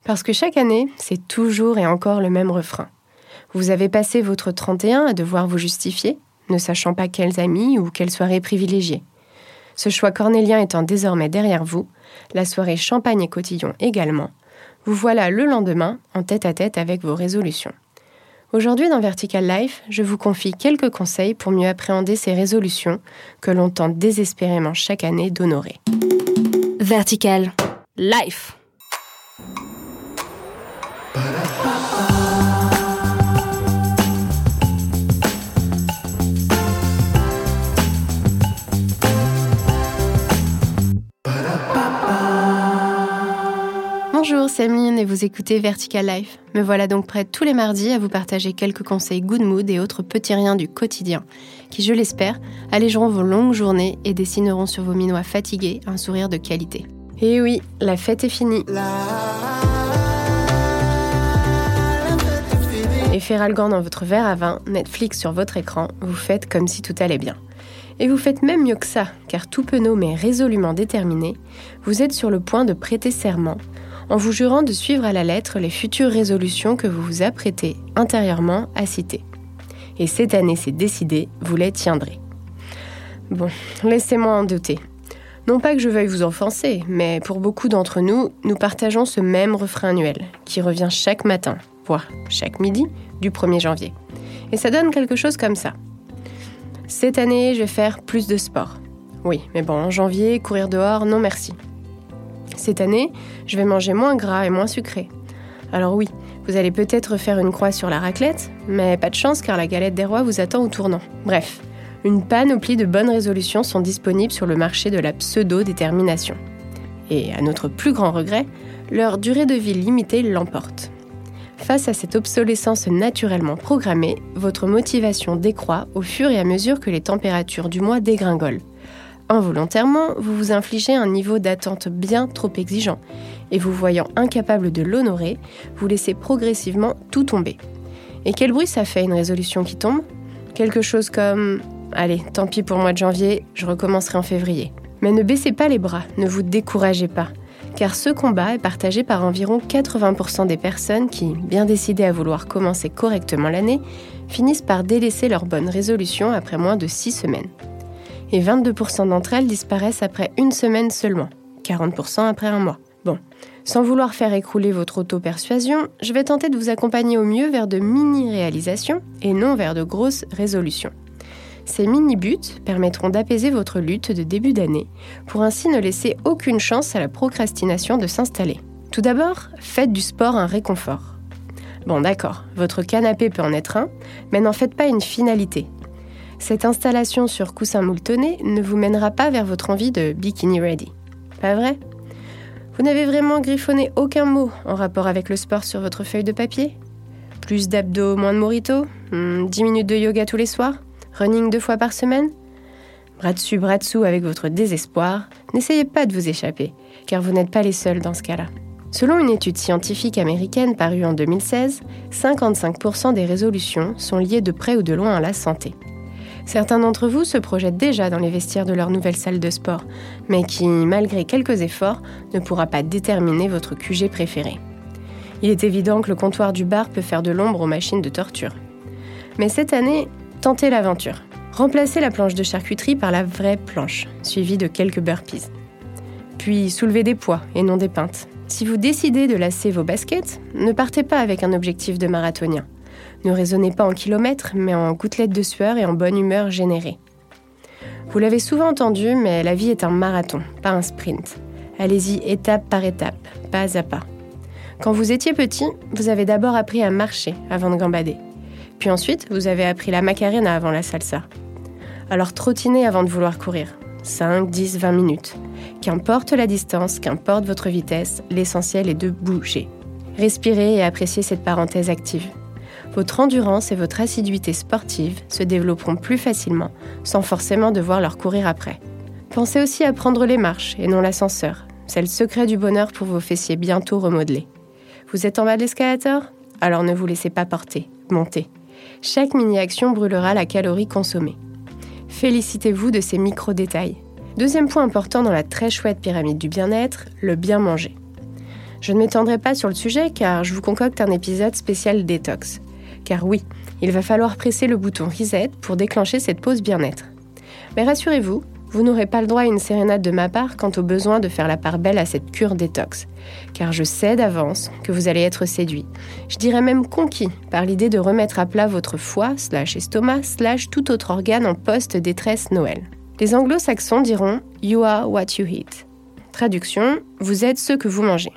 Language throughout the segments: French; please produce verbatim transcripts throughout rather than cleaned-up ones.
Parce que chaque année, c'est toujours et encore le même refrain. Vous avez passé votre trente et un à devoir vous justifier, ne sachant pas quels amis ou quelle soirée privilégier. Ce choix cornélien étant désormais derrière vous, la soirée champagne et cotillon également, vous voilà le lendemain en tête-à-tête avec vos résolutions. Aujourd'hui dans Vertical Life, je vous confie quelques conseils pour mieux appréhender ces résolutions que l'on tente désespérément chaque année d'honorer. Vertical Life. Bonjour, c'est Emeline et vous écoutez Vertical Life. Me voilà donc prête tous les mardis à vous partager quelques conseils good mood et autres petits riens du quotidien qui, je l'espère, allégeront vos longues journées et dessineront sur vos minois fatigués un sourire de qualité. Et oui, la fête est finie. Et Feralgan dans votre verre à vin, Netflix sur votre écran, vous faites comme si tout allait bien. Et vous faites même mieux que ça, car tout penaud mais résolument déterminé, vous êtes sur le point de prêter serment en vous jurant de suivre à la lettre les futures résolutions que vous vous apprêtez intérieurement à citer. Et cette année, c'est décidé, vous les tiendrez. Bon, laissez-moi en douter. Non pas que je veuille vous offenser, mais pour beaucoup d'entre nous, nous partageons ce même refrain annuel, qui revient chaque matin, voire chaque midi, du premier janvier. Et ça donne quelque chose comme ça. Cette année, je vais faire plus de sport. Oui, mais bon, en janvier, courir dehors, non merci. Cette année, je vais manger moins gras et moins sucré. Alors oui, vous allez peut-être faire une croix sur la raclette, mais pas de chance car la galette des rois vous attend au tournant. Bref, une panoplie de bonnes résolutions sont disponibles sur le marché de la pseudo-détermination. Et à notre plus grand regret, leur durée de vie limitée l'emporte. Face à cette obsolescence naturellement programmée, votre motivation décroît au fur et à mesure que les températures du mois dégringolent. Involontairement, vous vous infligez un niveau d'attente bien trop exigeant et vous voyant incapable de l'honorer, vous laissez progressivement tout tomber. Et quel bruit ça fait une résolution qui tombe ? Quelque chose comme « Allez, tant pis pour le mois de janvier, je recommencerai en février ». Mais ne baissez pas les bras, ne vous découragez pas, car ce combat est partagé par environ quatre-vingts pour cent des personnes qui, bien décidées à vouloir commencer correctement l'année, finissent par délaisser leurs bonnes résolutions après moins de six semaines. Et vingt-deux pour cent d'entre elles disparaissent après une semaine seulement, quarante pour cent après un mois. Bon, sans vouloir faire écrouler votre auto-persuasion, je vais tenter de vous accompagner au mieux vers de mini-réalisations et non vers de grosses résolutions. Ces mini-buts permettront d'apaiser votre lutte de début d'année pour ainsi ne laisser aucune chance à la procrastination de s'installer. Tout d'abord, faites du sport un réconfort. Bon d'accord, votre canapé peut en être un, mais n'en faites pas une finalité. Cette installation sur coussin mouletonné ne vous mènera pas vers votre envie de bikini ready. Pas vrai ? Vous n'avez vraiment griffonné aucun mot en rapport avec le sport sur votre feuille de papier ? Plus d'abdos, moins de mojito ? hmm, dix minutes de yoga tous les soirs ? Running deux fois par semaine ? Bras dessus, bras dessous avec votre désespoir, n'essayez pas de vous échapper, car vous n'êtes pas les seuls dans ce cas-là. Selon une étude scientifique américaine parue en deux mille seize, cinquante-cinq pour cent des résolutions sont liées de près ou de loin à la santé. Certains d'entre vous se projettent déjà dans les vestiaires de leur nouvelle salle de sport, mais qui, malgré quelques efforts, ne pourra pas déterminer votre Q G préféré. Il est évident que le comptoir du bar peut faire de l'ombre aux machines de torture. Mais cette année, tentez l'aventure. Remplacez la planche de charcuterie par la vraie planche, suivie de quelques burpees. Puis soulevez des poids et non des pintes. Si vous décidez de lasser vos baskets, ne partez pas avec un objectif de marathonien. Ne raisonnez pas en kilomètres, mais en gouttelettes de sueur et en bonne humeur générée. Vous l'avez souvent entendu, mais la vie est un marathon, pas un sprint. Allez-y étape par étape, pas à pas. Quand vous étiez petit, vous avez d'abord appris à marcher avant de gambader. Puis ensuite, vous avez appris la macarena avant la salsa. Alors trottinez avant de vouloir courir. cinq, dix, vingt minutes. Qu'importe la distance, qu'importe votre vitesse, l'essentiel est de bouger. Respirez et appréciez cette parenthèse active. Votre endurance et votre assiduité sportive se développeront plus facilement, sans forcément devoir leur courir après. Pensez aussi à prendre les marches et non l'ascenseur. C'est le secret du bonheur pour vos fessiers bientôt remodelés. Vous êtes en bas de l'escalator ? Alors ne vous laissez pas porter, montez. Chaque mini-action brûlera la calorie consommée. Félicitez-vous de ces micro-détails. Deuxième point important dans la très chouette pyramide du bien-être, le bien manger. Je ne m'étendrai pas sur le sujet car je vous concocte un épisode spécial détox. Car oui, il va falloir presser le bouton reset pour déclencher cette pause bien-être. Mais rassurez-vous, vous n'aurez pas le droit à une sérénade de ma part quant au besoin de faire la part belle à cette cure détox. Car je sais d'avance que vous allez être séduit, je dirais même conquis, par l'idée de remettre à plat votre foie, slash estomac, slash tout autre organe en post-détresse Noël. Les anglo-saxons diront « You are what you eat ». Traduction, vous êtes ce que vous mangez.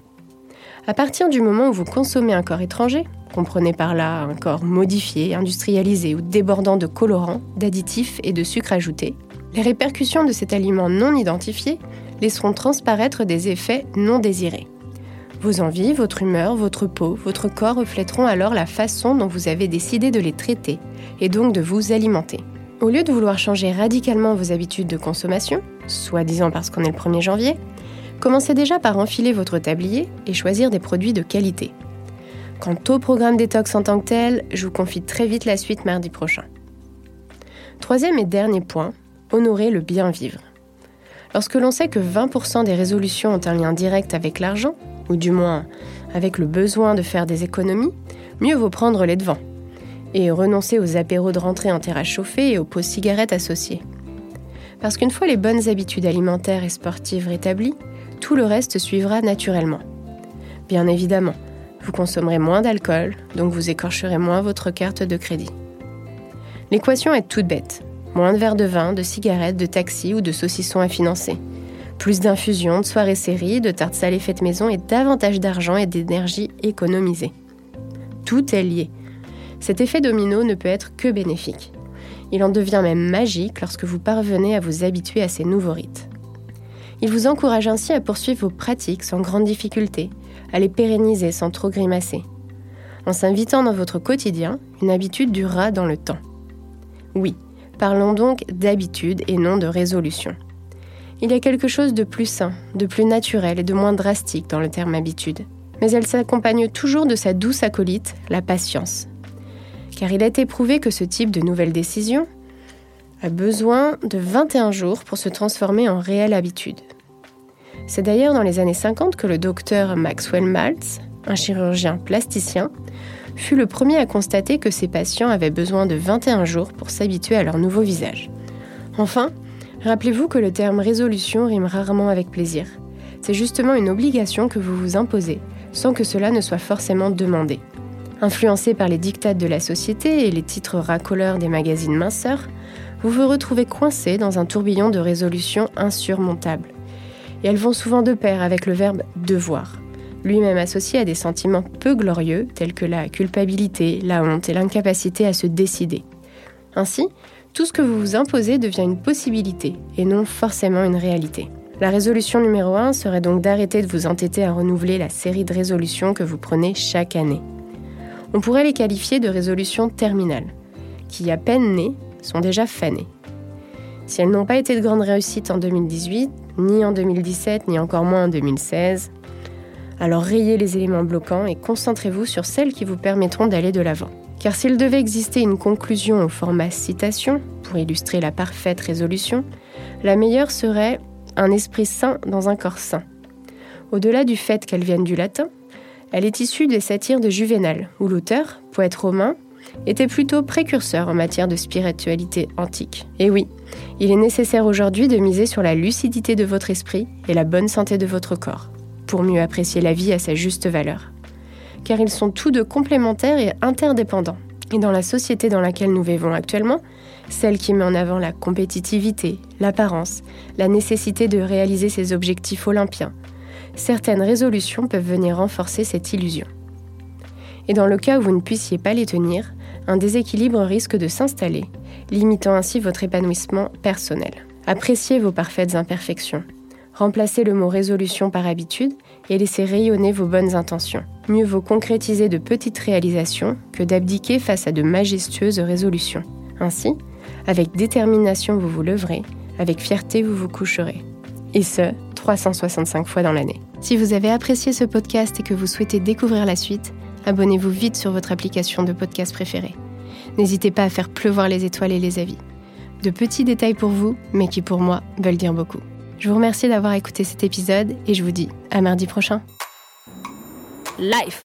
À partir du moment où vous consommez un corps étranger, comprenez par là un corps modifié, industrialisé ou débordant de colorants, d'additifs et de sucres ajoutés, les répercussions de cet aliment non identifié laisseront transparaître des effets non désirés. Vos envies, votre humeur, votre peau, votre corps reflèteront alors la façon dont vous avez décidé de les traiter et donc de vous alimenter. Au lieu de vouloir changer radicalement vos habitudes de consommation, soi-disant parce qu'on est le premier janvier, commencez déjà par enfiler votre tablier et choisir des produits de qualité. Quant au programme détox en tant que tel, je vous confie très vite la suite mardi prochain. Troisième et dernier point, honorer le bien vivre. Lorsque l'on sait que vingt pour cent des résolutions ont un lien direct avec l'argent, ou du moins avec le besoin de faire des économies, mieux vaut prendre les devants et renoncer aux apéros de rentrée en terrasse chauffée et aux pauses cigarettes associées. Parce qu'une fois les bonnes habitudes alimentaires et sportives rétablies, tout le reste suivra naturellement. Bien évidemment, vous consommerez moins d'alcool, donc vous écorcherez moins votre carte de crédit. L'équation est toute bête. Moins de verres de vin, de cigarettes, de taxis ou de saucissons à financer. Plus d'infusions, de soirées séries, de tartes salées faites maison et davantage d'argent et d'énergie économisée. Tout est lié. Cet effet domino ne peut être que bénéfique. Il en devient même magique lorsque vous parvenez à vous habituer à ces nouveaux rites. Il vous encourage ainsi à poursuivre vos pratiques sans grande difficulté, à les pérenniser sans trop grimacer. En s'invitant dans votre quotidien, une habitude durera dans le temps. Oui, parlons donc d'habitude et non de résolution. Il y a quelque chose de plus sain, de plus naturel et de moins drastique dans le terme habitude. Mais elle s'accompagne toujours de sa douce acolyte, la patience. Car il est éprouvé que ce type de nouvelle décision a besoin de vingt et un jours pour se transformer en réelle habitude. C'est d'ailleurs dans les années cinquante que le docteur Maxwell Maltz, un chirurgien plasticien, fut le premier à constater que ses patients avaient besoin de vingt et un jours pour s'habituer à leur nouveau visage. Enfin, rappelez-vous que le terme résolution rime rarement avec plaisir. C'est justement une obligation que vous vous imposez, sans que cela ne soit forcément demandé. Influencé par les diktats de la société et les titres racoleurs des magazines minceurs, vous vous retrouvez coincé dans un tourbillon de résolutions insurmontables. Et elles vont souvent de pair avec le verbe « devoir », lui-même associé à des sentiments peu glorieux tels que la culpabilité, la honte et l'incapacité à se décider. Ainsi, tout ce que vous vous imposez devient une possibilité et non forcément une réalité. La résolution numéro un serait donc d'arrêter de vous entêter à renouveler la série de résolutions que vous prenez chaque année. On pourrait les qualifier de résolutions terminales, qui à peine nées sont déjà fanées. Si elles n'ont pas été de grande réussite en deux mille dix-huit, ni en deux mille dix-sept, ni encore moins en deux mille seize, alors rayez les éléments bloquants et concentrez-vous sur celles qui vous permettront d'aller de l'avant. Car s'il devait exister une conclusion au format citation, pour illustrer la parfaite résolution, la meilleure serait « un esprit sain dans un corps sain ». Au-delà du fait qu'elle vienne du latin, elle est issue des satires de Juvénal, où l'auteur, poète romain, était plutôt précurseur en matière de spiritualité antique. Et oui, il est nécessaire aujourd'hui de miser sur la lucidité de votre esprit et la bonne santé de votre corps, pour mieux apprécier la vie à sa juste valeur. Car ils sont tous deux complémentaires et interdépendants. Et dans la société dans laquelle nous vivons actuellement, celle qui met en avant la compétitivité, l'apparence, la nécessité de réaliser ses objectifs olympiens, certaines résolutions peuvent venir renforcer cette illusion. Et dans le cas où vous ne puissiez pas les tenir, un déséquilibre risque de s'installer, limitant ainsi votre épanouissement personnel. Appréciez vos parfaites imperfections. Remplacez le mot résolution par habitude et laissez rayonner vos bonnes intentions. Mieux vaut concrétiser de petites réalisations que d'abdiquer face à de majestueuses résolutions. Ainsi, avec détermination vous vous leverez, avec fierté vous vous coucherez. Et ce, trois cent soixante-cinq fois dans l'année. Si vous avez apprécié ce podcast et que vous souhaitez découvrir la suite, abonnez-vous vite sur votre application de podcast préférée. N'hésitez pas à faire pleuvoir les étoiles et les avis. De petits détails pour vous, mais qui pour moi veulent dire beaucoup. Je vous remercie d'avoir écouté cet épisode et je vous dis à mardi prochain. Life.